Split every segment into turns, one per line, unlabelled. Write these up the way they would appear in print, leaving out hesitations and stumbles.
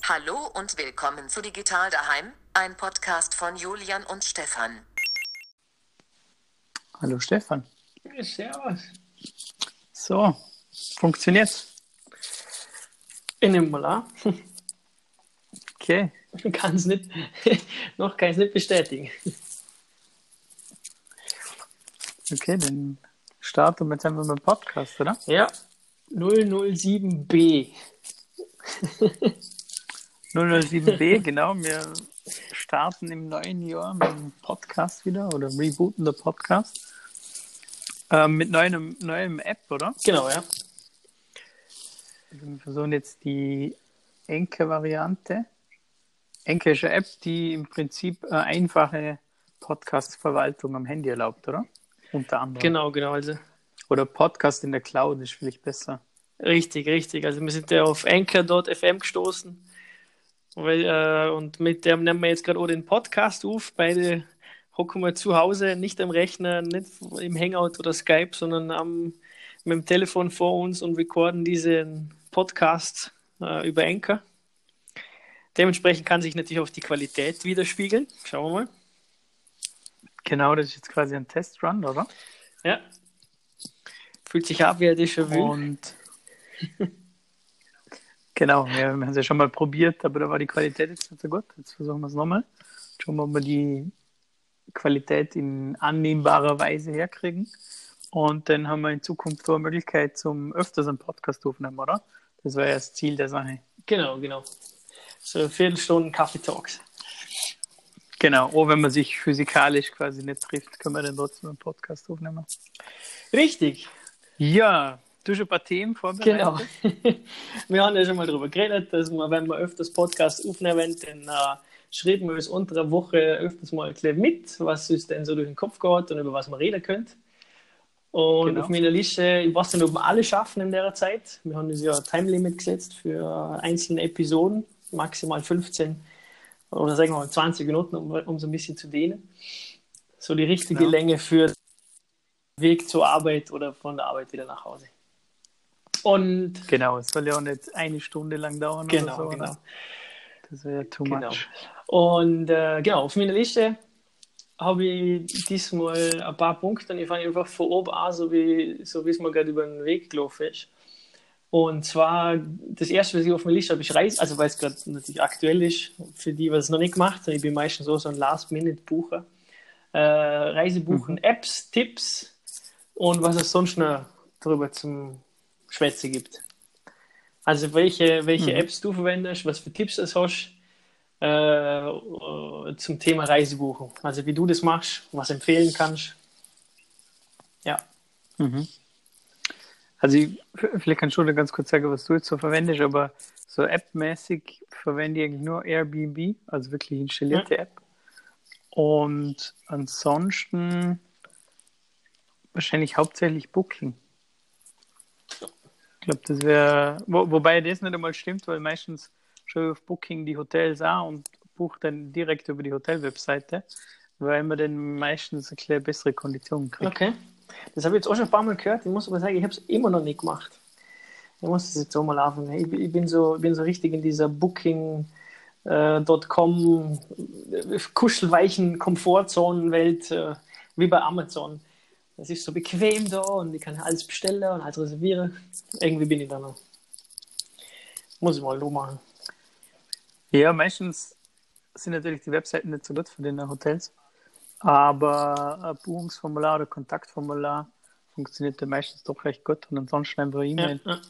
Hallo und willkommen zu Digital daheim, ein Podcast von Julian und Stefan.
Hallo Stefan.
Servus.
So, funktioniert's?
Ich nehme mal an.
Okay.
Noch kann ich es nicht bestätigen.
Okay, dann starten wir jetzt einfach mit dem Podcast, oder?
Ja, 007b.
007b, genau. Wir starten im neuen Jahr mit dem Podcast wieder oder rebooten der Podcast. Mit neuem App, oder?
Genau, ja.
Also wir versuchen jetzt die Anchor-Variante. Anchor ist eine App, die im Prinzip eine einfache Podcast-Verwaltung am Handy erlaubt, oder? Unter anderem.
Genau. Also
Oder Podcast in der Cloud ist vielleicht besser.
richtig. Also wir sind ja auf Anchor.fm gestoßen. Und mit dem nehmen wir jetzt gerade auch den Podcast auf. Beide hocken wir zu Hause, nicht am Rechner, nicht im Hangout oder Skype, sondern mit dem Telefon vor uns und recorden diesen Podcast über Anchor. Dementsprechend kann sich natürlich auch die Qualität widerspiegeln. Schauen wir mal.
Genau, das ist jetzt quasi ein Testrun, oder?
Ja. Fühlt sich ab wie ein Déjà-vu.
Und genau, wir haben es ja schon mal probiert, aber da war die Qualität jetzt nicht so gut. Jetzt versuchen wir es nochmal. Schauen wir, ob wir die Qualität in annehmbarer Weise herkriegen. Und dann haben wir in Zukunft auch eine Möglichkeit zum öfters einen Podcast aufnehmen, oder? Das war ja das Ziel der Sache.
Genau. So 1 Viertelstunde Kaffee-Talks.
Genau, auch wenn man sich physikalisch quasi nicht trifft, können wir dann trotzdem einen Podcast aufnehmen.
Richtig.
Ja, du hast ein paar Themen vorbereitet.
Genau. Wir haben ja schon mal darüber geredet, dass wir, wenn wir öfters Podcasts aufnehmen, dann schreiben wir uns unter der Woche öfters mal mit, was uns denn so durch den Kopf geht und über was man reden könnte. Und
Genau.
auf meiner Liste, ich weiß nicht, ob wir alle schaffen in der Zeit. Wir haben uns ja ein Time-Limit gesetzt für einzelne Episoden, maximal 15 oder sagen wir mal 20 Minuten, um so ein bisschen zu dehnen. So die richtige Länge für den Weg zur Arbeit oder von der Arbeit wieder nach Hause. Und
Genau, es soll ja auch nicht eine Stunde lang dauern oder so.
Genau.
Oder? Das wäre too much.
Und auf meiner Liste habe ich diesmal ein paar Punkte und ich fange einfach von oben an, so wie es mir gerade über den Weg gelaufen ist. Und zwar, das erste, was ich auf meiner Liste habe, ist Reise, also weil es gerade natürlich aktuell ist, für die, was es noch nicht gemacht haben. Ich bin meistens so ein Last-Minute-Bucher. Reisebuchen, Apps, Tipps und was es sonst noch darüber zum Schwätzen gibt. Also welche Apps du verwendest, was für Tipps es hast zum Thema Reisebuchen. Also wie du das machst, was empfehlen kannst. Ja.
Also vielleicht kannst du da ganz kurz sagen, was du jetzt so verwendest, aber so App-mäßig verwende ich eigentlich nur Airbnb, also wirklich installierte App. Und ansonsten wahrscheinlich hauptsächlich Booking. Ich glaube, das wäre, wobei das nicht einmal stimmt, weil meistens schaue ich auf Booking die Hotels an und buche dann direkt über die Hotelwebseite, weil man dann meistens eine bessere Konditionen kriegt.
Okay. Das habe ich jetzt auch schon ein paar Mal gehört. Ich muss aber sagen, ich habe es immer noch nicht gemacht. Ich muss das jetzt auch mal anfangen. Ich bin so richtig in dieser Booking.com kuschelweichen Komfortzonenwelt wie bei Amazon. Das ist so bequem da und ich kann alles bestellen und alles reservieren. Irgendwie bin ich da noch. Muss ich mal so machen.
Ja, meistens sind natürlich die Webseiten nicht so gut für den Hotels, aber ein Buchungsformular oder Kontaktformular funktioniert ja meistens doch recht gut und ansonsten einfach E-Mail.
Ja.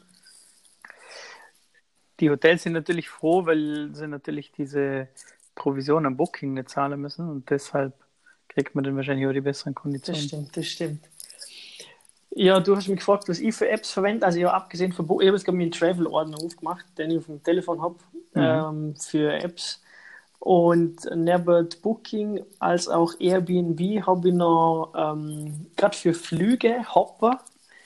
Die Hotels sind natürlich froh, weil sie natürlich diese Provision am Booking nicht zahlen müssen und deshalb kriegt man dann wahrscheinlich auch die besseren Konditionen.
Das stimmt. Ja, du hast mich gefragt, was ich für Apps verwende. Also ja, abgesehen von ich habe jetzt gerade meinen Travel-Ordner aufgemacht, den ich auf dem Telefon habe, für Apps. Und neben Booking als auch Airbnb habe ich noch gerade für Flüge Hopper.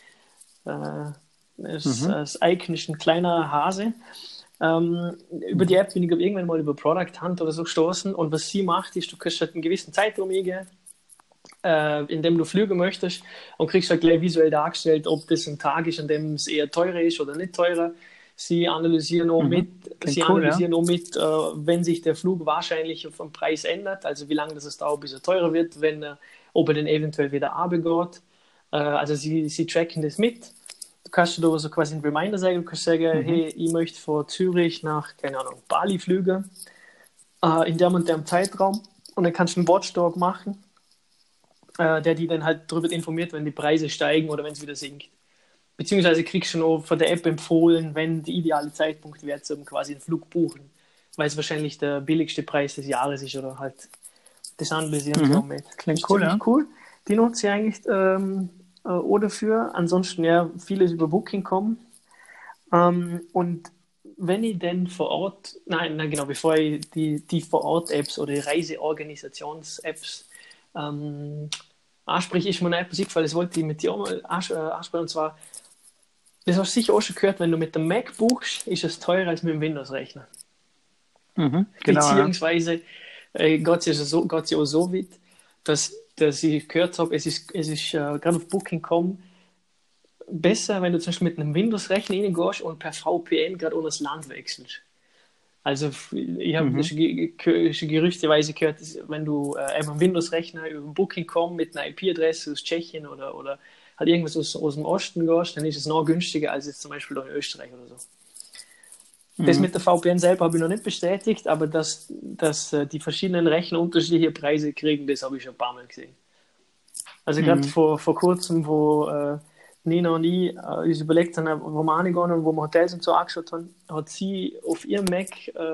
Das Icon ist ein kleiner Hase. Über die App bin ich irgendwann mal über Product Hunt oder so gestoßen und was sie macht, ist, du kannst halt einen gewissen Zeitraum eingeben, in dem du Flüge möchtest und kriegst halt gleich visuell dargestellt, ob das ein Tag ist, an dem es eher teurer ist oder nicht teurer. Sie analysieren auch mit Sie
cool,
analysieren auch mit, wenn sich der Flug wahrscheinlich vom Preis ändert, also wie lange das es dauert, bis er teurer wird, ob er denn eventuell wieder runtergeht. Also sie tracken das mit. Du kannst da so quasi einen Reminder sagen, du kannst sagen, hey, ich möchte von Zürich nach, keine Ahnung, Bali fliegen, in dem und dem Zeitraum. Und dann kannst du einen Watchdog machen, der die dann halt darüber informiert, wenn die Preise steigen oder wenn es wieder sinkt. Beziehungsweise kriegst du noch von der App empfohlen, wenn der ideale Zeitpunkt wäre, zum quasi einen Flug buchen, weil es wahrscheinlich der billigste Preis des Jahres ist oder halt das analysieren so mit.
Klingt
Das ist
cool, ja.
ziemlich cool. Die nutze ich eigentlich oder für. Ansonsten ja vieles über Booking kommen. Und wenn ich denn vor Ort, nein, genau, bevor ich die Vor-Ort-Apps oder die Reiseorganisations-Apps anspreche, ist mir eine App eingefallen, das wollte ich mit dir auch mal ansprechen, und zwar, das hast du sicher auch schon gehört, wenn du mit dem Mac buchst, ist es teurer als mit dem Windows-Rechner.
Genau,
Beziehungsweise geht es ja auch so weit, dass ich gehört habe, es ist gerade auf Booking.com besser, wenn du zum Beispiel mit einem Windows-Rechner reingehst und per VPN gerade ohne das Land wechselst. Also ich habe schon gerüchteweise gehört, dass wenn du einen Windows-Rechner über Booking.com mit einer IP-Adresse aus Tschechien oder halt irgendwas aus dem Osten gehst, dann ist es noch günstiger als jetzt zum Beispiel in Österreich oder so. Das mit der VPN selber habe ich noch nicht bestätigt, aber dass die verschiedenen Rechner unterschiedliche Preise kriegen, das habe ich schon ein paar Mal gesehen. Also gerade vor kurzem, wo Nina und ich uns überlegt haben, wo wir reingehen und wo wir Hotels und so angeschaut haben, hat sie auf ihrem Mac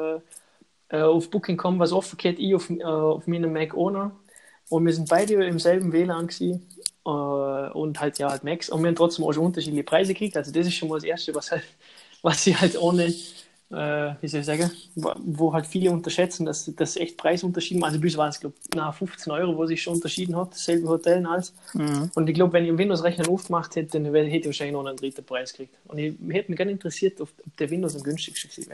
auf Booking.com was offen gehabt, ich auf meinem Mac auch noch. Und wir sind beide im selben WLAN gewesen, und halt Macs. Und wir haben trotzdem auch schon unterschiedliche Preise gekriegt. Also das ist schon mal das Erste, was sie halt ohne, wie soll ich sagen, wo halt viele unterschätzen, dass das echt Preisunterschiede, also bis waren es, glaube ich, nach 15 Euro, wo sich schon unterschieden hat, dasselbe Hotel und alles. Und ich glaube, wenn ich einen Windows-Rechner aufgemacht hätte, dann hätte ich wahrscheinlich noch einen dritten Preis gekriegt. Und ich hätte mich gerne interessiert, ob der Windows am günstigsten gewesen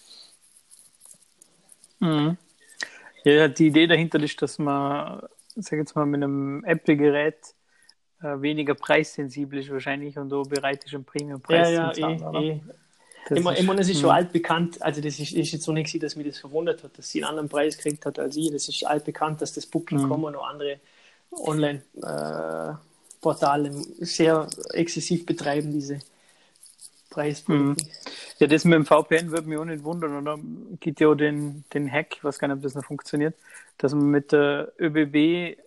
wäre.
Ja, die Idee dahinter ist, dass man, sag jetzt mal, mit einem Apple-Gerät weniger preissensibel ist wahrscheinlich und auch bereit ist, einen Premium-Preis zu zahlen.
Ich meine, es ist schon altbekannt, also das ist jetzt so nicht, dass mich das verwundert hat, dass sie einen anderen Preis gekriegt hat als ich. Das ist altbekannt, dass das Booking.com und auch andere Online-Portale sehr exzessiv betreiben, diese Preispolitik.
Ja, das mit dem VPN würde mich auch nicht wundern, oder? Gibt ja auch den Hack, ich weiß gar nicht, ob das noch funktioniert, dass man mit der ÖBB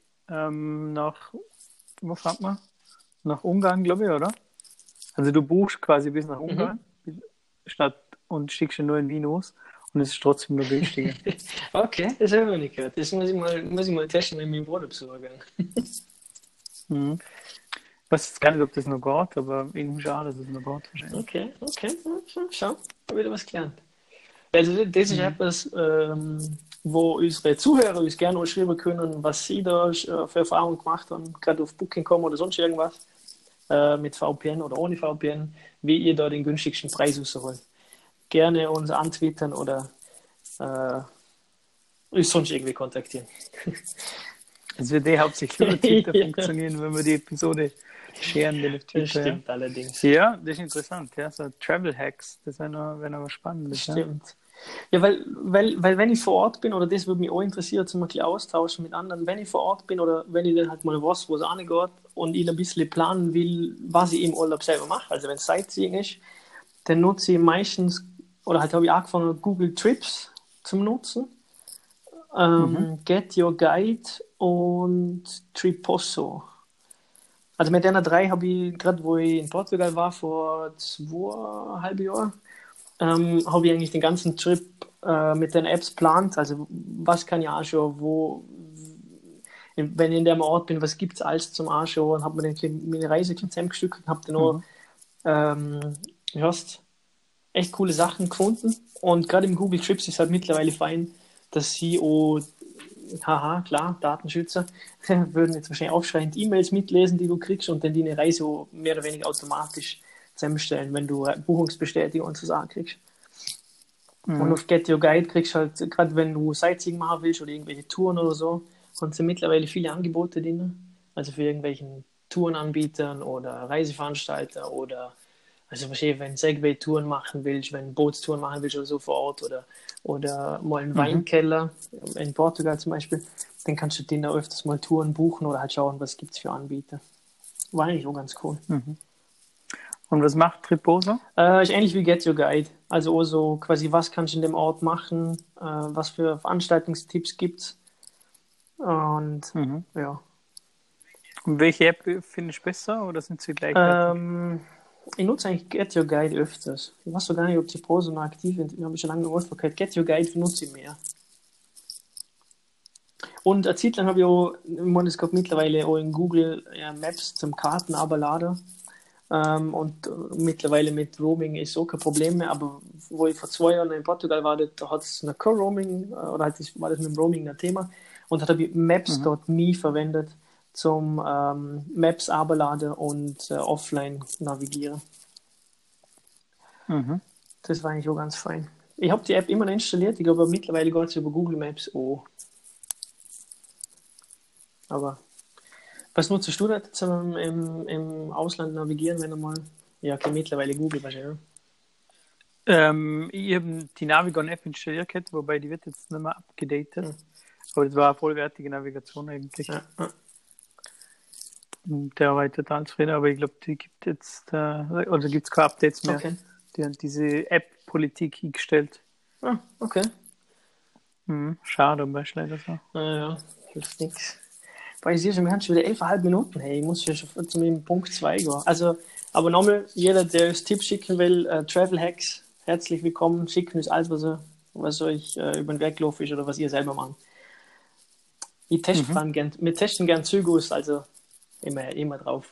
wo fährt man? Nach Ungarn, glaube ich, oder? Also du buchst quasi bis nach Ungarn und schickst ihn nur in Wien aus und es ist trotzdem nur günstiger.
Okay, das habe ich noch nicht gehört. Das muss ich mal testen, wenn ich meinen Bruder besuche.
Ich weiß jetzt gar nicht, ob das noch geht, aber irgendwie schade, dass es noch geht wahrscheinlich.
Okay. Schau, habe wieder was gelernt. Also das ist etwas, wo unsere Zuhörer uns gerne schreiben können, was sie da für Erfahrungen gemacht haben, gerade auf Booking.com oder sonst irgendwas, mit VPN oder ohne VPN, wie ihr da den günstigsten Preis rausholt. Gerne uns antwittern oder uns sonst irgendwie kontaktieren.
Es wird hauptsächlich über Twitter funktionieren, wenn wir die Episode scheren.
Das stimmt allerdings.
Ja, das ist interessant. Ja, so Travel Hacks, das wäre noch was Spannendes.
Das stimmt. Ja, weil wenn ich vor Ort bin, oder das würde mich auch interessieren, zum ein bisschen austauschen mit anderen, wenn ich vor Ort bin oder wenn ich dann halt mal was, wo es angeht und ich ein bisschen planen will, was ich im Urlaub selber mache, also wenn es Sightseeing ist, dann nutze ich meistens, oder halt habe ich angefangen, Google Trips zum Nutzen, Get Your Guide und Triposso. Also mit den drei habe ich, gerade wo ich in Portugal war, vor 2,5 Jahren, habe ich eigentlich den ganzen Trip mit den Apps geplant. Also was kann ich anschauen, wenn ich in dem Ort bin, was gibt es alles zum Anschauen, habe mir meine Reise zusammengestückelt, habe dann auch echt coole Sachen gefunden. Und gerade im Google Trips ist halt mittlerweile fein, dass sie auch, klar, Datenschützer würden jetzt wahrscheinlich aufschreiend E-Mails mitlesen, die du kriegst und dann deine Reise auch mehr oder weniger automatisch zusammenstellen, wenn du Buchungsbestätigung und so Sachen kriegst. Und auf Get Your Guide kriegst du halt, gerade wenn du Sightseeing machen willst oder irgendwelche Touren oder so, und sind mittlerweile viele Angebote drin, also für irgendwelchen Tourenanbietern oder Reiseveranstalter oder Also wahrscheinlich, wenn du Segway-Touren machen willst, wenn du Bootstouren machen willst oder so vor Ort oder mal einen Weinkeller in Portugal zum Beispiel, dann kannst du den da öfters mal Touren buchen oder halt schauen, was gibt es für Anbieter. War eigentlich auch ganz cool.
Und was macht Triposa?
Ist ähnlich wie Get Your Guide. Also auch so quasi, was kannst du in dem Ort machen, was für Veranstaltungstipps gibt's. Und ja.
Und welche App findest du besser oder sind sie gleich?
Ich nutze eigentlich Get Your Guide öfters. Ich weiß so gar nicht, ob Triposa noch aktiv ist. Ich habe schon lange gehört. Get Your Guide benutze ich mehr. Und eine Zeit lang habe ich auch, ich meine, es gab mittlerweile auch in Google Maps zum Karten abladen. Und mittlerweile mit Roaming ist auch kein Problem mehr. Aber wo ich vor 2 Jahren in Portugal war, da hat es noch kein Roaming, oder war das mit dem Roaming ein Thema. Und da habe ich Maps.me verwendet zum Maps abladen und offline navigieren. Das war eigentlich auch ganz fein. Ich habe die App immer noch installiert, ich glaube mittlerweile geht es über Google Maps auch. Aber was nutzt du da zum im Ausland navigieren, wenn du mal... Ja, okay, mittlerweile Google wahrscheinlich.
Ich habe die Navigon-App installiert, wobei die wird jetzt nicht mehr abgedatet. Aber das war eine vollwertige Navigation eigentlich.
Ja.
Der war total zufrieden, aber ich glaube, die gibt jetzt, oder gibt es keine Updates mehr.
Okay.
Die haben diese App-Politik eingestellt.
Okay.
Schade, aber ist leider so.
Ja, hilft nichts. Weil ich sehe schon, wir haben schon wieder 11,5 Minuten. Hey, ich muss schon zu meinem Punkt 2 gehen. Also, aber nochmal, jeder, der uns Tipps schicken will, Travel Hacks, herzlich willkommen. Schicken uns alles, was euch über den Weg gelaufen ist oder was ihr selber macht. Wir testen gern Zügus, also immer drauf.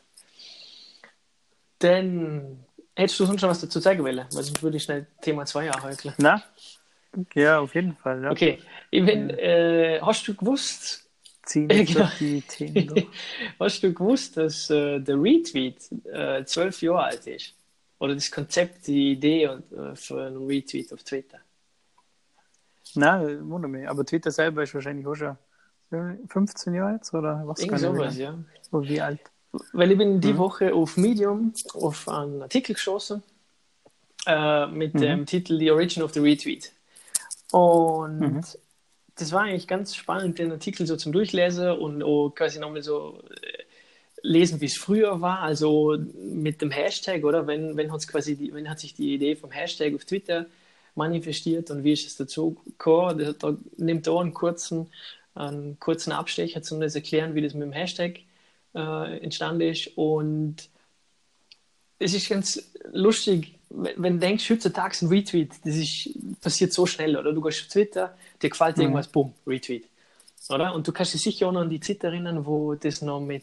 Dann hättest du sonst schon was dazu sagen wollen, weil sonst würde ich schnell Thema 2 anhalten.
Na? Ja, auf jeden Fall. Ja.
Okay, hast du gewusst,
die Themen durch.
hast du gewusst, dass der Retweet 12 Jahre alt ist? Oder das Konzept, die Idee für einen Retweet auf Twitter?
Nein, wundert mich. Aber Twitter selber ist wahrscheinlich auch schon 15 Jahre jetzt, oder was?
Irgend sowas, ja.
Oder wie alt?
Weil ich bin die Woche auf Medium auf einen Artikel geschossen mit dem Titel The Origin of the Retweet. Und das war eigentlich ganz spannend, den Artikel so zum Durchlesen und auch quasi nochmal so lesen, wie es früher war, also mit dem Hashtag, oder? Wenn hat sich die Idee vom Hashtag auf Twitter manifestiert und wie ist es dazu gekommen? Da nimmt da einen kurzen Abstecher, um das zu erklären, wie das mit dem Hashtag entstanden ist. Und es ist ganz lustig, wenn du denkst, heutzutage ein Retweet, passiert so schnell, oder? Du gehst auf Twitter, dir gefällt irgendwas, bumm, Retweet. Oder? Und du kannst dich sicher auch noch an die Zeit erinnern, wo das noch mit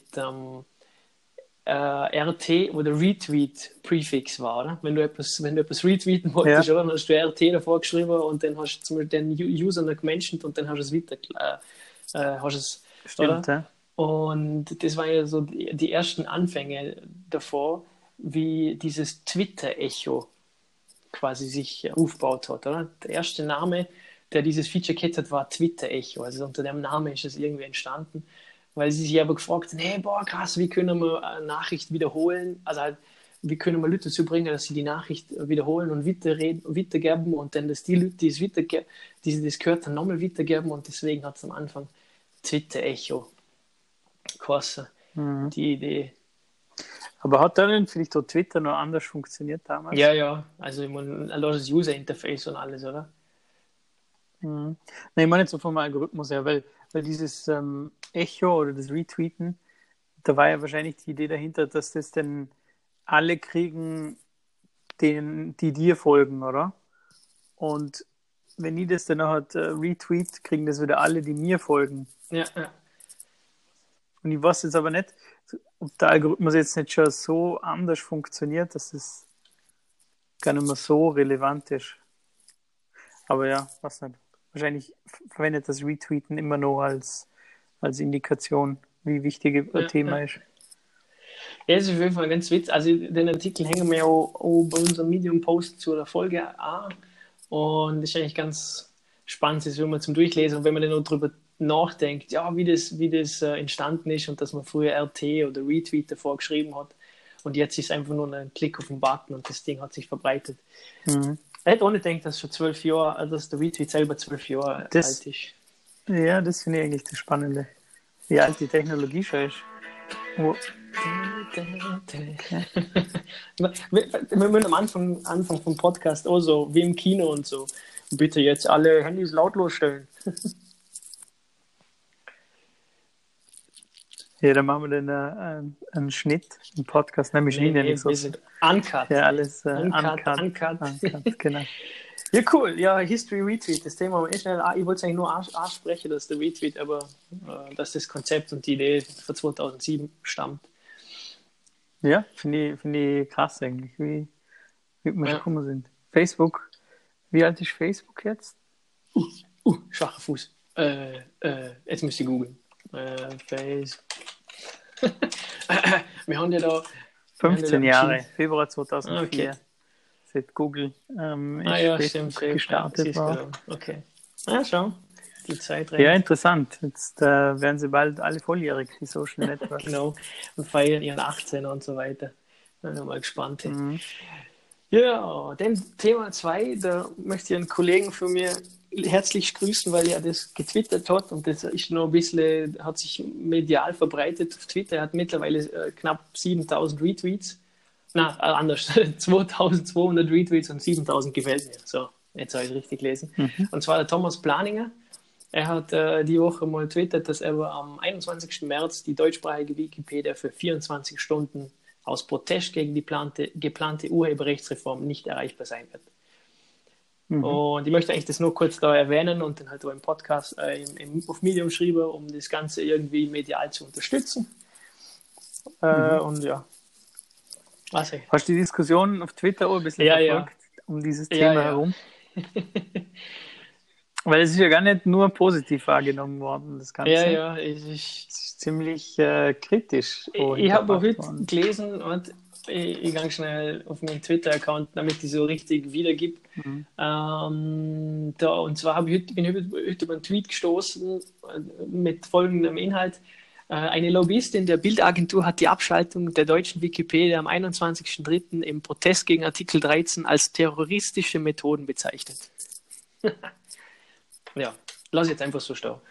RT, wo der Retweet-Prefix war, oder? Wenn du etwas retweeten wolltest, oder? Dann hast du RT davor geschrieben und dann hast du zum Beispiel den User noch gemenschent und dann hast du es weiter,
Stimmt, ja.
Und das war ja so die ersten Anfänge davor, wie dieses Twitter-Echo quasi sich aufgebaut hat, oder? Der erste Name, der dieses Feature gehabt hat, war Twitter-Echo. Also unter dem Namen ist es irgendwie entstanden, weil sie sich aber gefragt haben, hey, boah, krass, wie können wir eine Nachricht wiederholen? Also halt, wie können wir Leute dazu bringen, dass sie die Nachricht wiederholen und weitergeben und dann, dass die Leute, die das gehört haben, nochmal weitergeben und deswegen hat es am Anfang Twitter-Echo geheißen, die Idee.
Aber hat dann vielleicht auch Twitter noch anders funktioniert damals?
Ja, also ich meine, das User-Interface und alles, oder?
Nein, ich meine jetzt so vom Algorithmus her, weil dieses Echo oder das Retweeten, da war ja wahrscheinlich die Idee dahinter, dass das dann alle kriegen, die dir folgen, oder? Und wenn ich das dann noch retweet, kriegen das wieder alle, die mir folgen.
Ja.
Und ich weiß jetzt aber nicht, ob der Algorithmus jetzt nicht schon so anders funktioniert, dass es gar nicht mehr so relevant ist. Aber ja, weiß nicht. Wahrscheinlich verwendet das Retweeten immer noch als Indikation, wie wichtig ein Thema ist.
Ja, das ist auf jeden Fall ganz witzig. Also den Artikel hängen wir auch bei unserem Medium-Post zu der Folge an. Und das ist eigentlich ganz spannend, das will man zum Durchlesen. Und wenn man dann noch drüber nachdenkt, ja, wie das entstanden ist und dass man früher RT oder Retweet davor geschrieben hat Und jetzt ist einfach nur ein Klick auf den Button und das Ding hat sich verbreitet.
Mhm.
Ich hätte auch nicht gedacht, dass schon 12 Jahre, dass der Retweet selber 12 Jahre alt ist.
Ja, das finde ich eigentlich das Spannende. Wie alt die Technologie schon ist. Oh.
Wir müssen am Anfang vom Podcast auch so, wie im Kino und so. Bitte jetzt alle Handys lautlos stellen.
Ja, dann machen wir dann einen Schnitt, einen Podcast, nämlich
Nee,
nicht so.
wir sind uncut.
Ja, alles
Uncut.
genau.
Ja, cool. Ja, History Retweet. Das Thema war schnell. Ich wollte es eigentlich nur ansprechen, dass der Retweet, aber dass das Konzept und die Idee von 2007 stammt.
Ja, finde ich krass eigentlich, wie wir gekommen sind. Facebook, wie alt ist Facebook jetzt?
Schwacher Fuß. Jetzt müsst ihr googeln. Facebook. Wir haben ja da
15 Jahre, Februar 2004.
Okay.
Seit Google
stimmt,
gestartet war.
Okay. Schau. Die Zeit
rennt. Ja, interessant. Jetzt werden sie bald alle volljährig, die Social Networks.
Genau. Und feiern ihren 18 und so weiter. Bin mal gespannt. Mhm. Ja, dann Thema 2, da möchte ich einen Kollegen von mir herzlich grüßen, weil er das getwittert hat und das ist noch ein bisschen, hat sich medial verbreitet auf Twitter. Er hat mittlerweile knapp 7000 Retweets. Anders, 2200 Retweets und 7000 gefällt mir. So, jetzt habe ich richtig gelesen. Mhm. Und zwar der Thomas Planinger. Er hat die Woche mal twittert, dass er am 21. März die deutschsprachige Wikipedia für 24 Stunden aus Protest gegen die geplante Urheberrechtsreform nicht erreichbar sein wird. Mhm. Und ich möchte eigentlich das nur kurz da erwähnen und dann halt auch im Podcast auf Medium schreiben, um das Ganze irgendwie medial zu unterstützen. Und ja.
Hast du die Diskussion auf Twitter auch ein bisschen verfolgt, um dieses Thema herum? Weil es ist ja gar nicht nur positiv wahrgenommen worden, das Ganze.
Ja,
es ist ziemlich kritisch.
Ich habe heute gelesen und ich gehe schnell auf meinen Twitter-Account, damit ich so richtig wiedergebe. Mhm. Und zwar bin ich heute über einen Tweet gestoßen mit folgendem Inhalt. Eine Lobbyistin der Bildagentur hat die Abschaltung der deutschen Wikipedia am 21.03. im Protest gegen Artikel 13 als terroristische Methoden bezeichnet. Ja, lass jetzt einfach so stehen.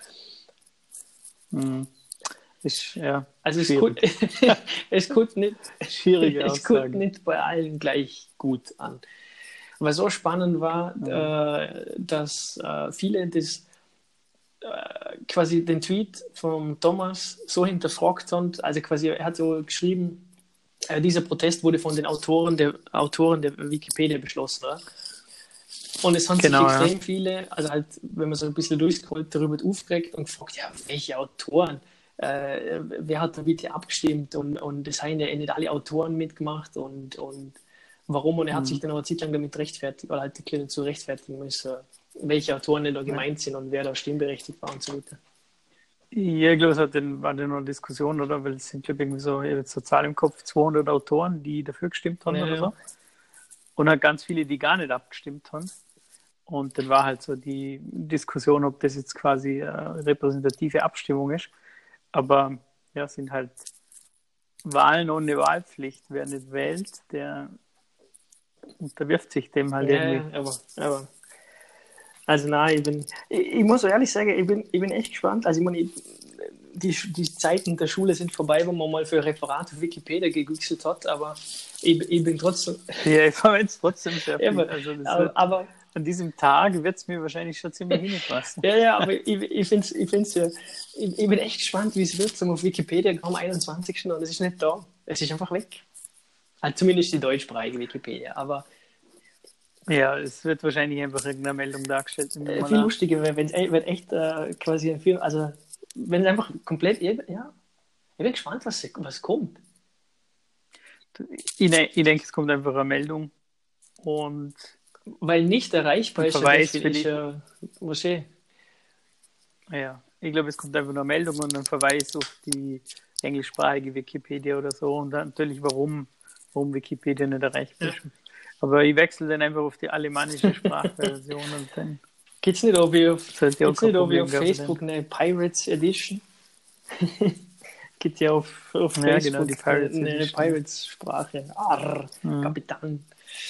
Also es kommt nicht bei allen gleich gut an. Was so spannend war, dass viele das quasi den Tweet von Thomas so hinterfragt haben, also quasi er hat so geschrieben, dieser Protest wurde von den Autoren der Wikipedia beschlossen, oder? Und es haben sich extrem viele, also halt, wenn man so ein bisschen durchscrollt, darüber aufgeregt und gefragt, ja, welche Autoren? Wer hat da bitte abgestimmt? Und es haben ja nicht alle Autoren mitgemacht und warum? Und er hat sich dann auch eine Zeit lang damit rechtfertigt, oder halt dazu rechtfertigen müssen, welche Autoren denn da gemeint sind und wer da stimmberechtigt war und so weiter.
Ja, ich glaube, war dann noch eine Diskussion, oder? Weil es sind, glaube ich, irgendwie so, ich habe jetzt so Zahl im Kopf, 200 Autoren, die dafür gestimmt haben oder so. Und halt ganz viele, die gar nicht abgestimmt haben. Und dann war halt so die Diskussion, ob das jetzt quasi repräsentative Abstimmung ist. Aber ja, es sind halt Wahlen ohne Wahlpflicht. Wer nicht wählt, der unterwirft sich dem halt irgendwie.
Aber also nein, ich muss so ehrlich sagen, ich bin echt gespannt. Also ich meine, die Zeiten der Schule sind vorbei, wo man mal für Referat auf Wikipedia gegoogelt hat, aber ich bin trotzdem...
Ja, ich verwende es trotzdem sehr viel.
Aber
an diesem Tag wird es mir wahrscheinlich schon ziemlich hinpassen.
Ja, aber ich find's ja... Ich bin echt gespannt, wie es wird, so auf Wikipedia am 21. und es ist nicht da. Es ist einfach weg. Also zumindest die deutschsprachige Wikipedia, aber...
Ja, es wird wahrscheinlich einfach irgendeine Meldung dargestellt.
Viel lustiger wäre, wenn es echt quasi ein Film... Also, wenn es einfach komplett... Ja, ich bin gespannt, was kommt.
Ich denke, es kommt einfach eine Meldung und...
Weil nicht erreichbar ist,
was ja, ich glaube, es kommt einfach eine Meldung und ein Verweis auf die englischsprachige Wikipedia oder so und dann natürlich, warum Wikipedia nicht erreichbar ist. Aber ich wechsle dann einfach auf die alemannische Sprachversion und dann...
Geht's nicht auch wie auf Facebook eine Pirates Edition? gibt ja auf
Ja,
Facebook
genau, die Pirates.
eine Pirates-Sprache. Arr,
Mhm.
Kapitän.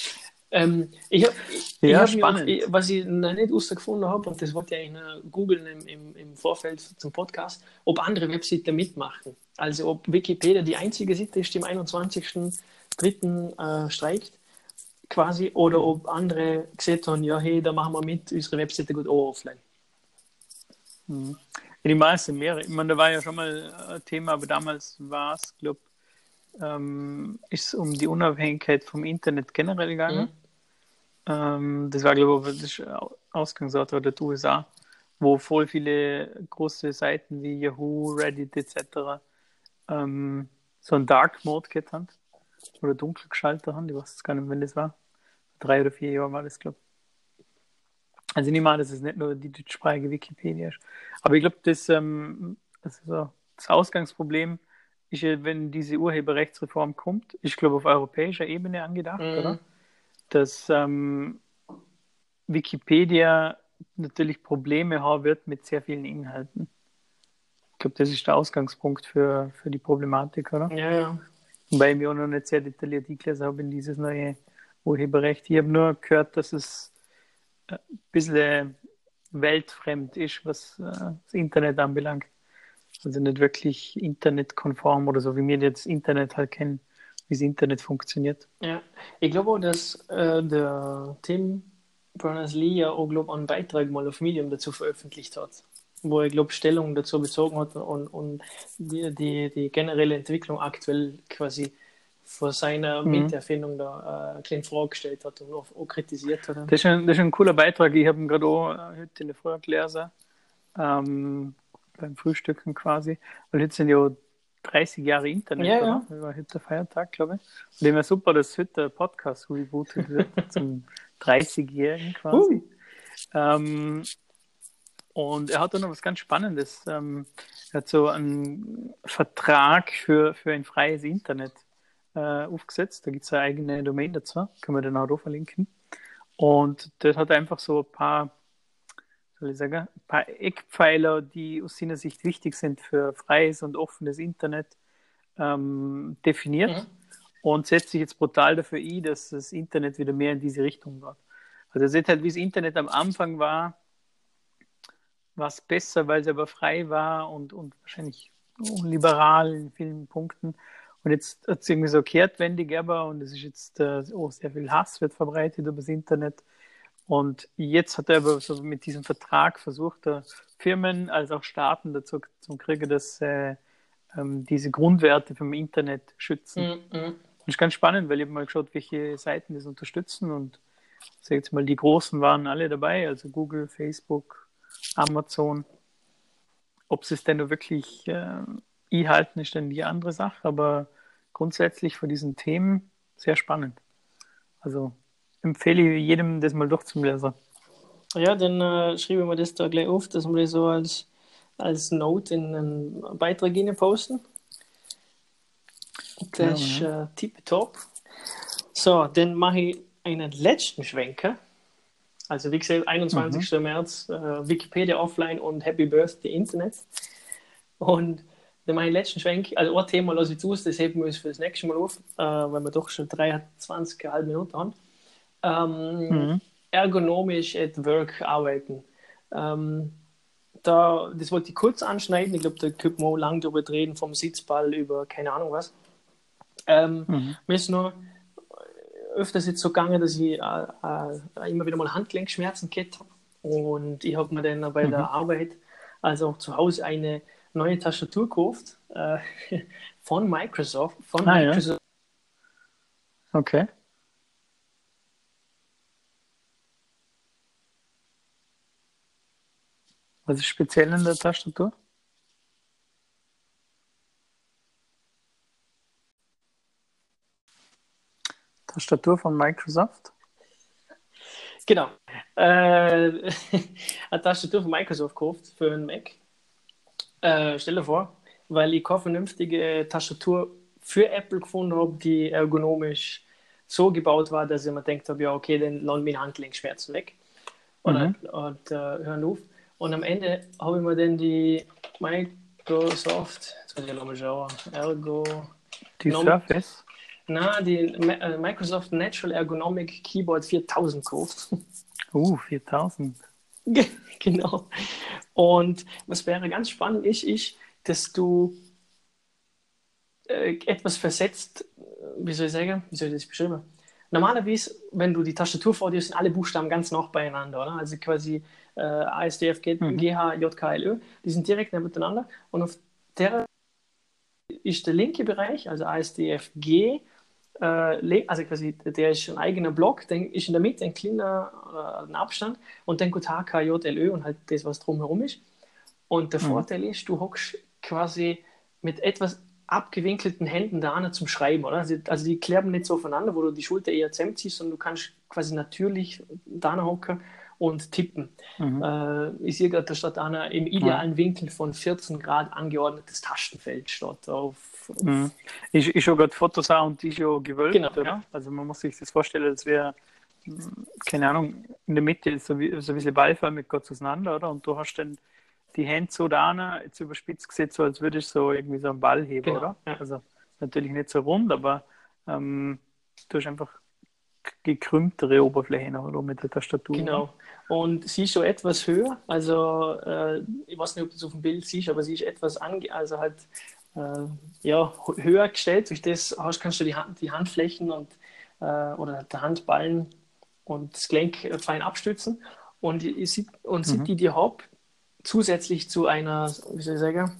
Ich
Ja,
hab mir auch,
spannend.
was ich noch nicht herausgefunden habe, und das wollte ich eigentlich noch googeln im Vorfeld zum Podcast, ob andere Webseiten mitmachen. Also ob Wikipedia die einzige Seite ist, die am 21.03. streikt, quasi, oder ob andere gesagt haben, ja, hey, da machen wir mit, unsere Webseite geht auch offline.
Mhm. Ja, die meisten mehrere. Ich meine, da war ja schon mal ein Thema, aber damals war es, glaube ist es um die Unabhängigkeit vom Internet generell gegangen. Das war, glaube ich, das Ausgangsort oder die USA, wo voll viele große Seiten wie Yahoo, Reddit etc. So einen Dark Mode gehabt haben oder dunkel geschaltet haben. Ich weiß jetzt gar nicht, wann das war. 3 oder 4 Jahre war das, glaube ich. Also ich nehme an, dass es nicht nur die deutschsprachige Wikipedia ist. Aber ich glaube, das Ausgangsproblem ist ja, wenn diese Urheberrechtsreform kommt, ich glaube auf europäischer Ebene angedacht, oder? Dass Wikipedia natürlich Probleme haben wird mit sehr vielen Inhalten. Ich glaube, das ist der Ausgangspunkt für die Problematik, oder?
Ja, ja.
Wobei ich mir auch noch nicht sehr detailliert eingelesen habe in dieses neue Urheberrecht. Ich habe nur gehört, dass es ein bisschen weltfremd ist, was das Internet anbelangt. Also nicht wirklich internetkonform oder so, wie wir jetzt Internet halt kennen, wie das Internet funktioniert.
Ja, ich glaube auch, dass der Tim Berners-Lee ja auch, glaub, einen Beitrag mal auf Medium dazu veröffentlicht hat, wo er, glaube Stellung dazu bezogen hat und die generelle Entwicklung aktuell quasi vor seiner Miterfindung da kleine Frage gestellt hat und auch kritisiert hat.
Das ist ein cooler Beitrag. Ich habe ihn gerade auch heute in der Früh gelesen, beim Frühstücken quasi. Weil jetzt sind ja 30 Jahre Internet,
Ja,
oder?
ja.
Das war heute der Feiertag, glaube ich. Und dem wäre super, dass heute der Podcast rebootet wird zum 30-Jährigen quasi. Und er hat auch noch was ganz Spannendes. Er hat so einen Vertrag für ein freies Internet aufgesetzt. Da gibt es eine eigene Domain dazu. Können wir den auch da verlinken. Und das hat einfach so ein paar, soll ich sagen, ein paar Eckpfeiler, die aus seiner Sicht wichtig sind für freies und offenes Internet, definiert und setzt sich jetzt brutal dafür ein, dass das Internet wieder mehr in diese Richtung geht. Also ihr seht halt, wie das Internet am Anfang war es besser, weil es aber frei war und wahrscheinlich liberal in vielen Punkten. Und jetzt hat es irgendwie so Kehrtwende gegeben und es ist jetzt sehr viel Hass wird verbreitet über das Internet. Und jetzt hat er aber so mit diesem Vertrag versucht, Firmen als auch Staaten dazu zu kriegen, dass diese Grundwerte vom Internet schützen. Und das ist ganz spannend, weil ich habe mal geschaut, welche Seiten das unterstützen und sag jetzt mal, die Großen waren alle dabei, also Google, Facebook, Amazon. Ob sie es denn nur wirklich einhalten, ist dann die andere Sache, aber grundsätzlich für diesen Themen sehr spannend. Also empfehle ich jedem, das mal durchzulesen.
Ja, dann schreiben wir das da gleich auf, dass wir das so als Note in einen Beitrag posten. Das ist tipptopp. So, dann mache ich einen letzten Schwenker. Also wie gesagt, 21. März, Wikipedia offline und Happy Birthday Internet. Und dann mache ich den letzten Schwenk. Also ein Thema lasse ich zu, das heben wir uns für das nächste Mal auf, weil wir doch schon 23,5 Minuten haben. Ergonomisch at Work arbeiten. Das wollte ich kurz anschneiden. Ich glaube, da könnte man auch lang drüber reden, vom Sitzball über keine Ahnung was. Mir ist nur öfters jetzt so gegangen, dass ich immer wieder mal Handgelenkschmerzen gehabt habe. Und ich habe mir dann bei der Arbeit, also auch zu Hause, eine neue Tastatur gekauft von Microsoft.
Ja. Okay. Was ist speziell in der Tastatur? Tastatur von Microsoft?
Genau. Eine Tastatur von Microsoft gekauft für einen Mac. Stell dir vor, weil ich keine vernünftige Tastatur für Apple gefunden habe, die ergonomisch so gebaut war, dass ich mir gedacht habe, ja okay, dann lassen meine Handgelenkschmerzen weg. Und hören auf. Und am Ende habe ich mir dann die Microsoft, jetzt muss ich nochmal schauen,
Die Surface?
Die Microsoft Natural Ergonomic Keyboard 4000 gekauft.
4000.
Genau. Und was wäre ganz spannend ist, dass du etwas versetzt, wie soll ich sagen, wie soll ich das beschreiben? Normalerweise, wenn du die Tastatur vor dir hast, sind alle Buchstaben ganz nah beieinander, oder? Also quasi ASDF, GH, JKLÖ, die sind direkt nebeneinander und auf der ist der linke Bereich, also ASDFG, also quasi der ist ein eigener Block, dann ist in der Mitte ein kleiner ein Abstand und dann kommt HKJLÖ und halt das, was drumherum ist. Und der Vorteil ist, du hockst quasi mit etwas abgewinkelten Händen da zum Schreiben, oder? Also die kleben nicht so aufeinander, wo du die Schulter eher zusammenziehst, sondern du kannst quasi natürlich da hocken und tippen. Ich sehe gerade, da steht einer im idealen Winkel von 14 Grad angeordnetes Tastenfeld statt auf.
Ich habe gerade Fotos auch und die ist ja gewölbt,
Genau,
oder?
ja.
Also man muss sich das vorstellen, als wäre, keine Ahnung, in der Mitte ist so ein bisschen ballförmig Gott auseinander, oder? Und du hast dann die Hände so da, jetzt überspitzt gesetzt, so als würdest du so irgendwie so einen Ball heben,
Genau,
oder?
ja.
Also natürlich nicht so rund, aber du hast einfach gekrümmtere Oberfläche noch mit der Tastatur.
Genau.
Oder?
Und sie ist schon etwas höher, also ich weiß nicht, ob du es auf dem Bild siehst, aber sie ist etwas höher gestellt. Durch das kannst du die Handflächen oder der Handballen und das Gelenk fein abstützen. Und sieht die dir zusätzlich zu einer, wie soll ich sagen,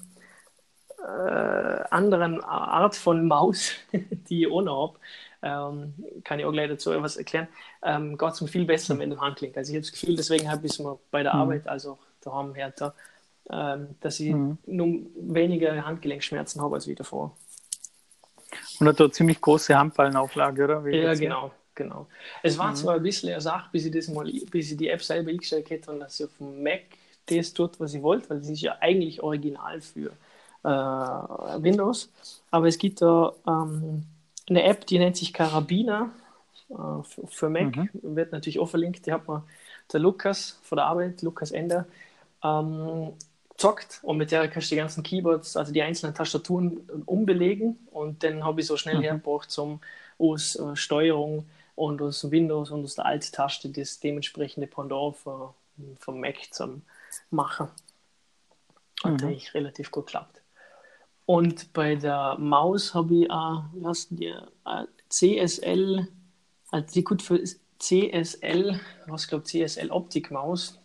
anderen Art von Maus, die ich ohne habe, kann ich auch gleich dazu etwas erklären, geht es mir viel besser mit dem Handgelenk. Also ich habe das Gefühl, deswegen habe ich es mir bei der Arbeit, also daheim härter, dass ich nur weniger Handgelenkschmerzen habe als wie davor.
Und hat da ziemlich große Handballenauflage, oder?
Ja, genau. Es war zwar ein bisschen eine Sache, bis ich die App selber eingestellt hätte und dass ich auf dem Mac das tut, was ich wollte, weil das ist ja eigentlich original für Windows. Aber es gibt da eine App, die nennt sich Karabiner für Mac, wird natürlich auch verlinkt. Die hat mir der Lukas von der Arbeit, Lukas Ender, gezockt und mit der kannst du die ganzen Keyboards, also die einzelnen Tastaturen umbelegen und dann habe ich so schnell hergebracht aus Steuerung und aus Windows und aus der Alt-Taste das dementsprechende Pendant vom Mac zum Machen. Hat eigentlich relativ gut geklappt. Und bei der Maus habe ich CSL, also die gut für CSL, was glaube CSL Optik-Maus.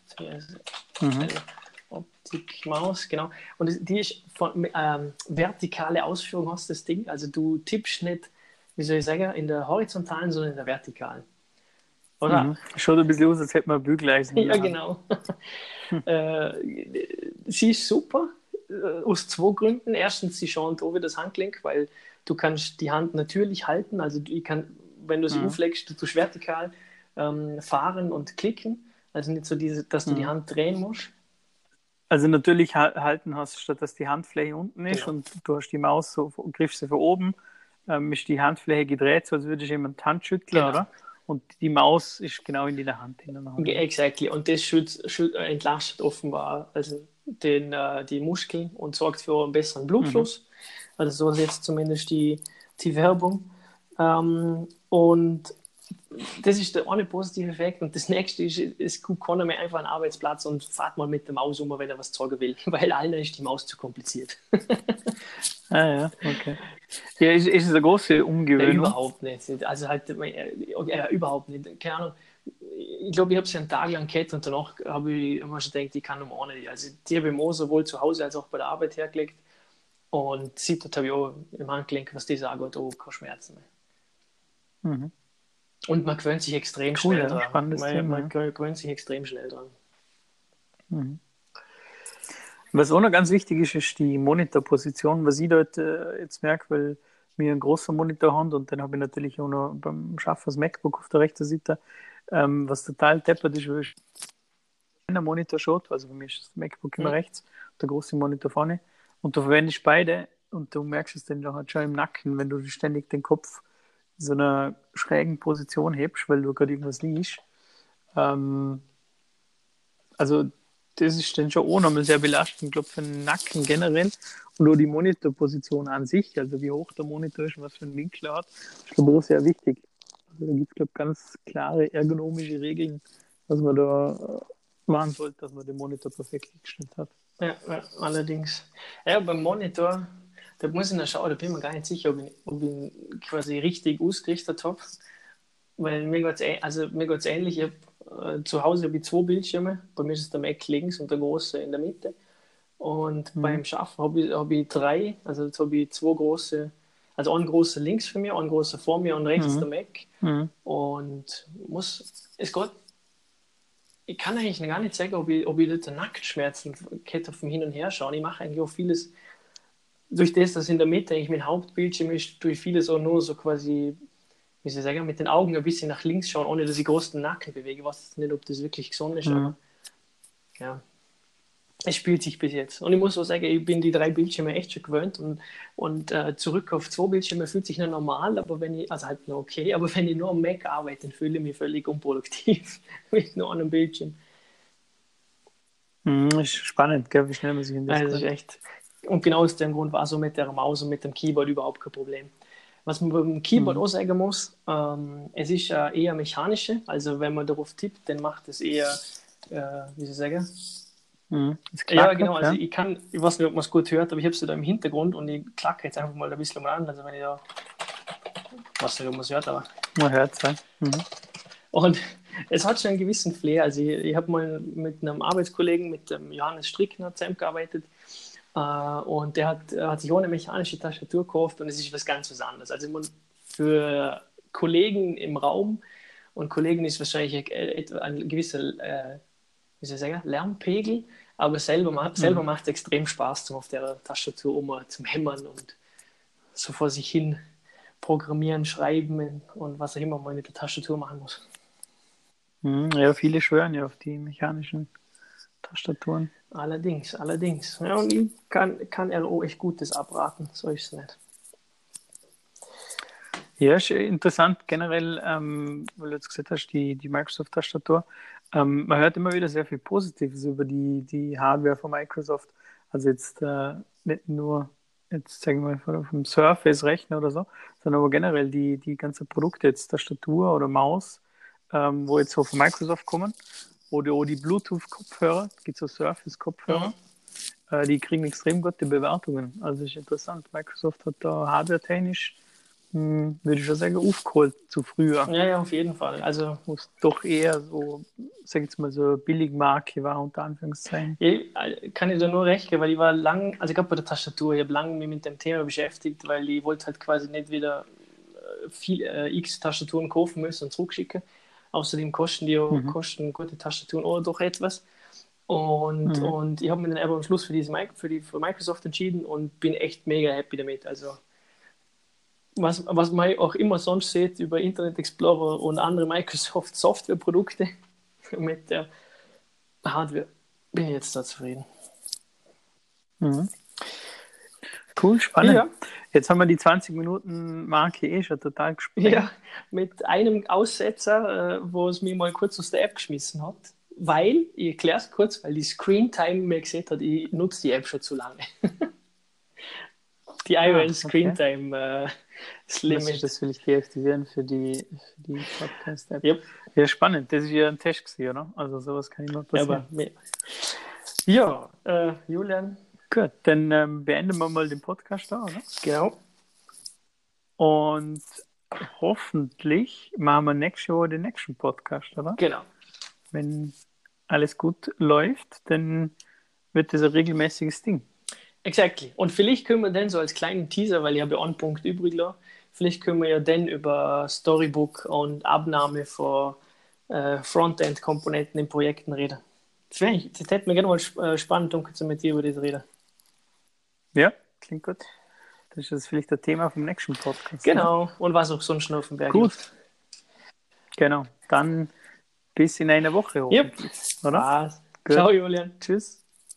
Optik-Maus, genau. Und die ist von vertikale Ausführung hast das Ding. Also du tippst nicht, wie soll ich sagen, in der horizontalen, sondern in der vertikalen. Oder?
Schaut ein bisschen aus, als hätte man Bügeleisen.
Ja, genau. Sie ist super. Aus zwei Gründen. Erstens, sie schont over das Handgelenk, weil du kannst die Hand natürlich halten. Also wenn du sie auflegst, du tust vertikal fahren und klicken. Also nicht so dass du die Hand drehen musst.
Also natürlich halten hast, statt dass die Handfläche unten ist und du hast die Maus so, griffst sie von oben, ist die Handfläche gedreht, so als würde ich jemand die Hand schütteln, oder? Und die Maus ist genau in der Hand.
Exactly. Und das entlastet offenbar also die Muskeln und sorgt für einen besseren Blutfluss. Also so ist jetzt zumindest die Werbung. Und das ist der eine positive Effekt. Und das nächste ist, es guckt keiner mehr einfach einen Arbeitsplatz und fährt mal mit der Maus um, wenn er was zeigen will. Weil allen ist die Maus zu kompliziert.
Ja, okay. Ja, ist es eine große Umgewöhnung?
Ja, überhaupt nicht. Also halt, überhaupt nicht. Keine Ahnung. Ich glaube, ich habe sie einen Tag lang gehabt und danach habe ich immer schon gedacht, ich kann um ohne die. Also die habe ich mir sowohl zu Hause als auch bei der Arbeit hergelegt. Und dort habe ich auch im Handgelenk, was das angeht, auch keine Schmerzen mehr. Und man gewöhnt sich extrem schnell dran. Man gewöhnt sich extrem schnell dran.
Was auch noch ganz wichtig ist, ist die Monitorposition, was ich dort jetzt merke, weil wir einen großen Monitor haben und dann habe ich natürlich auch noch beim Schaffen das MacBook auf der rechten Seite, was total deppert ist, weil ich einen Monitor schaut, also bei mir ist das MacBook immer rechts, der große Monitor vorne und du verwendest beide und du merkst es dann halt schon im Nacken, wenn du ständig den Kopf in so einer schrägen Position hebst, weil du gerade irgendwas liest. Also das ist dann schon auch nochmal sehr belastend, glaube für den Nacken generell und auch die Monitorposition an sich, also wie hoch der Monitor ist und was für einen Winkel er hat, ist glaube ich auch sehr wichtig. Also da gibt es, glaube ich, ganz klare ergonomische Regeln, was man da machen sollte, dass man den Monitor perfekt gestellt hat.
Ja, allerdings. Ja, beim Monitor, da muss ich noch schauen, da bin ich mir gar nicht sicher, ob ich ihn quasi richtig ausgerichtet habe. Weil mir geht es ähnlich. Zu Hause habe ich 2 Bildschirme. Bei mir ist der Mac links und der große in der Mitte. Und beim Schaffen habe ich 3. Also jetzt habe ich 2 große, also einen großen links von mir, einen großen vor mir und rechts der Mac. Und es geht. Ich kann eigentlich gar nicht sagen, ob ich dort Nackenschmerzen hätte vom Hin und Her schauen. Ich mache eigentlich auch vieles, durch das in der Mitte eigentlich mein Hauptbildschirm ist, durch vieles auch nur so quasi, wie soll ich sagen, mit den Augen ein bisschen nach links schauen, ohne dass ich groß den Nacken bewege. Ich weiß nicht, ob das wirklich gesund ist, aber ja, es spielt sich bis jetzt. Und ich muss auch sagen, ich bin die 3 Bildschirme echt schon gewöhnt und zurück auf 2 Bildschirme fühlt sich noch normal, aber also halt noch okay, aber wenn ich nur am Mac arbeite, dann fühle ich mich völlig unproduktiv mit nur einem Bildschirm.
Ist spannend, gell, wie schnell man sich in das
ist echt. Und genau aus dem Grund war so mit der Maus und mit dem Keyboard überhaupt kein Problem. Was man beim Keyboard auch sagen muss, es ist eher mechanische, also wenn man darauf tippt, dann macht es eher, wie soll ich sagen? Ja, genau, also ich weiß nicht, ob man es gut hört, aber ich habe es da im Hintergrund und ich klacke jetzt einfach mal ein bisschen mal an, also wenn ich da, ich weiß nicht, ob man es hört, aber...
Man hört es, ja.
Und es hat schon einen gewissen Flair, also ich habe mal mit einem Arbeitskollegen, mit dem Johannes Strickner zusammengearbeitet und der hat sich auch eine mechanische Tastatur gekauft und es ist was ganz was anderes. Also für Kollegen im Raum und Kollegen ist wahrscheinlich ein gewisser, wie soll ich sagen, Lärmpegel, aber selber macht es extrem Spaß, auf der Tastatur zum Hämmern und so vor sich hin programmieren, schreiben und was auch immer man mit der Tastatur machen muss.
Ja, viele schwören ja auf die mechanischen Tastaturen.
Allerdings. Ja, und ich kann RO echt Gutes abraten, so ist es nicht.
Ja, ist interessant generell, weil du jetzt gesagt hast, die Microsoft-Tastatur. Man hört immer wieder sehr viel Positives über die Hardware von Microsoft. Also jetzt nicht nur, jetzt sagen wir mal vom Surface-Rechner oder so, sondern aber generell die ganzen Produkte, jetzt Tastatur oder Maus, wo jetzt so von Microsoft kommen. Oder auch die Bluetooth-Kopfhörer, es gibt so Surface-Kopfhörer, die kriegen extrem gute Bewertungen. Also ist interessant. Microsoft hat da hardware-technisch, würde ich schon sagen, aufgeholt zu früher.
Ja, auf jeden Fall. Also,
wo es doch eher so, sag ich jetzt mal, so eine Billigmarke war, unter Anführungszeichen.
Kann ich da nur recht geben, weil ich war also gerade bei der Tastatur, ich habe lange mich mit dem Thema beschäftigt, weil ich wollte halt quasi nicht wieder x Tastaturen kaufen müssen und zurückschicken. Außerdem kosten gute Tastaturen oder doch etwas. Und ich habe mich dann aber am Schluss für Microsoft entschieden und bin echt mega happy damit. Also was man auch immer sonst sieht über Internet Explorer und andere Microsoft Softwareprodukte mit der Hardware, bin ich jetzt da zufrieden.
Cool, spannend.
Ja.
Jetzt haben wir die 20-Minuten-Marke schon total gesprengt.
Ja, mit einem Aussetzer, wo es mich mal kurz aus der App geschmissen hat. Weil, ich erkläre es kurz, weil die Screentime mir gesehen hat, ich nutze die App schon zu lange. Die iOS Screentime Limit.
Das will ich deaktivieren für die Podcast-App.
Yep.
Ja, spannend. Das ist ja ein Test gewesen, oder? Also sowas kann immer passieren.
Ja, Julian.
Gut, dann beenden wir mal den Podcast da, oder?
Genau.
Und hoffentlich machen wir nächste Woche den nächsten Podcast, oder?
Genau.
Wenn alles gut läuft, dann wird das ein regelmäßiges Ding.
Exactly. Und vielleicht können wir dann so als kleinen Teaser, weil ich habe ja einen Punkt übrig lassen, vielleicht können wir ja dann über Storybook und Abnahme von Frontend-Komponenten in Projekten reden. Das hätte mir gerne mal spannend, mit dir über das reden.
Ja, klingt gut. Das ist vielleicht das Thema vom nächsten Podcast.
Genau, ne? Und was auch sonst noch auf dem Berg
Gut.
läuft.
Genau, dann bis in einer Woche hoffentlich.
Yep.
Oder?
Ciao, Julian.
Tschüss.